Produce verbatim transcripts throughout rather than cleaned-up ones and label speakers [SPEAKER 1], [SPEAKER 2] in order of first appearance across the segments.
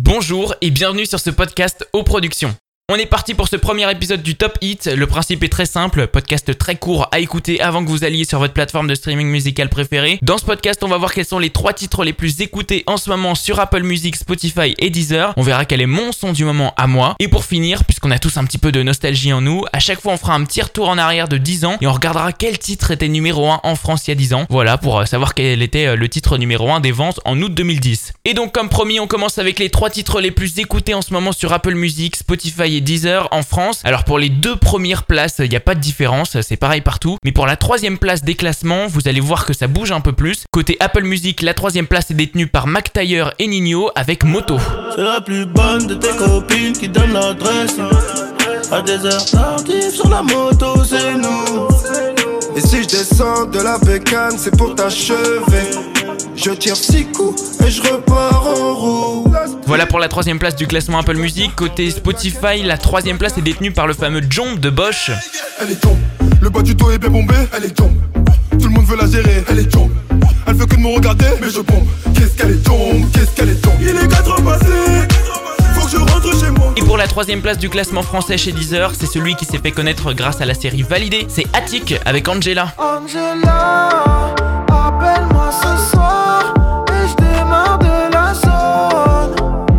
[SPEAKER 1] Bonjour et bienvenue sur ce podcast Aux Productions. On est parti pour ce premier épisode du Top Hit. Le principe est très simple, podcast très court à écouter avant que vous alliez sur votre plateforme de streaming musical préférée. Dans ce podcast, on va voir quels sont les trois titres les plus écoutés en ce moment sur Apple Music, Spotify et Deezer. On verra quel est mon son du moment à moi. Et pour finir, puisqu'on a tous un petit peu de nostalgie en nous, à chaque fois on fera un petit retour en arrière de dix ans et on regardera quel titre était numéro un en France il y a dix ans. Voilà, pour savoir quel était le titre numéro un des ventes en août deux mille dix. Et donc comme promis, on commence avec les trois titres les plus écoutés en ce moment sur Apple Music, Spotify et Deezer en France. Alors pour les deux premières places, il n'y a pas de différence, c'est pareil partout. Mais pour la troisième place des classements, vous allez voir que ça bouge un peu plus. Côté Apple Music, la troisième place est détenue par Mac Taylor et Ninho avec Moto.
[SPEAKER 2] C'est la plus bonne de tes copines qui donne l'adresse. À des heures tardives sur la moto, c'est nous.
[SPEAKER 3] Et si je descends de la bécane, c'est pour t'achever. Je tire six coups et je repars en roue.
[SPEAKER 1] Voilà pour la troisième place du classement Apple Music. Côté Spotify, la troisième place est détenue par le fameux Jump de Bosch.
[SPEAKER 3] Elle est tombe, le bas du dos est bien bombé. Elle est tombe, tout le monde veut la gérer. Elle est tombe, elle veut que de me regarder, mais je bombe. Qu'est-ce qu'elle est tombe, qu'est-ce qu'elle est tombe. Il est quatre heures passées, faut que je rentre chez moi.
[SPEAKER 1] Et pour la troisième place du classement français chez Deezer, c'est celui qui s'est fait connaître grâce à la série Validé. C'est Attic avec Angela.
[SPEAKER 2] Angela, appelle-moi ce soir et je démarre de la zone.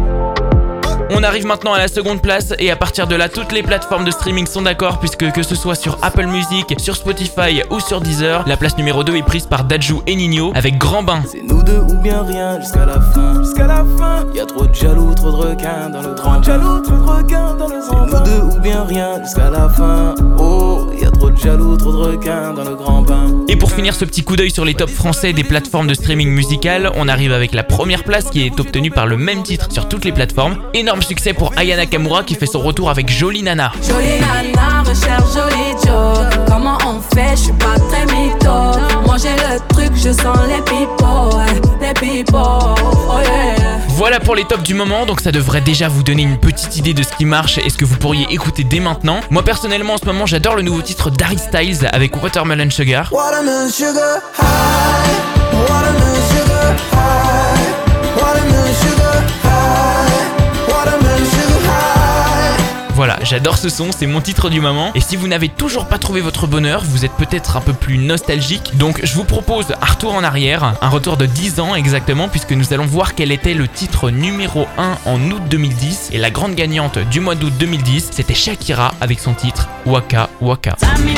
[SPEAKER 1] On arrive maintenant à la seconde place et à partir de là, toutes les plateformes de streaming sont d'accord puisque que ce soit sur Apple Music, sur Spotify ou sur Deezer, la place numéro deux est prise par Dadju et Ninho avec Grand Bain.
[SPEAKER 2] C'est nous deux ou bien rien jusqu'à la fin. Jusqu'à la fin. Y'a trop de jaloux, trop de requins dans le grand jaloux, trop de requins dans le grand bain. C'est nous deux ou bien rien jusqu'à la fin. Oh, y'a trop de jaloux, trop de requins dans le grand bain.
[SPEAKER 1] Et pour finir ce petit coup d'œil sur les tops français des plateformes de streaming musical, on arrive avec la première place qui est obtenue par le même titre sur toutes les plateformes. Énorme succès pour Aya Nakamura qui fait son retour avec Jolie Nana.
[SPEAKER 4] Jolie Nana recherche Jolie Joe. Comment on fait, je suis pas très mytho. Moi j'ai le truc, je sens les pipos, les pipos, oh yeah.
[SPEAKER 1] Voilà pour les tops du moment, donc ça devrait déjà vous donner une petite idée de ce qui marche et ce que vous pourriez écouter dès maintenant. Moi personnellement en ce moment j'adore le nouveau titre d'Harry Styles avec Watermelon Sugar.
[SPEAKER 2] Watermelon sugar high, watermelon sugar high, watermelon sugar high, watermelon sugar high.
[SPEAKER 1] Voilà, j'adore ce son, c'est mon titre du moment. Et si vous n'avez toujours pas trouvé votre bonheur, vous êtes peut-être un peu plus nostalgique. Donc je vous propose un retour en arrière, un retour de dix ans exactement, puisque nous allons voir quel était le titre numéro un en août deux mille dix. Et la grande gagnante du mois d'août deux mille dix, c'était Shakira avec son titre Waka Waka.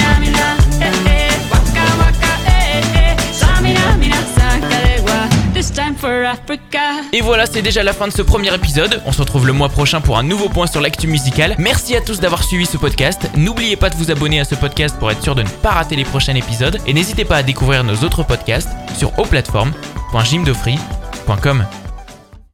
[SPEAKER 1] Et voilà, c'est déjà la fin de ce premier épisode. On se retrouve le mois prochain pour un nouveau point sur l'actu musicale. Merci à tous d'avoir suivi ce podcast. N'oubliez pas de vous abonner à ce podcast pour être sûr de ne pas rater les prochains épisodes. Et n'hésitez pas à découvrir nos autres podcasts sur aux plateformes point jimdofree point com.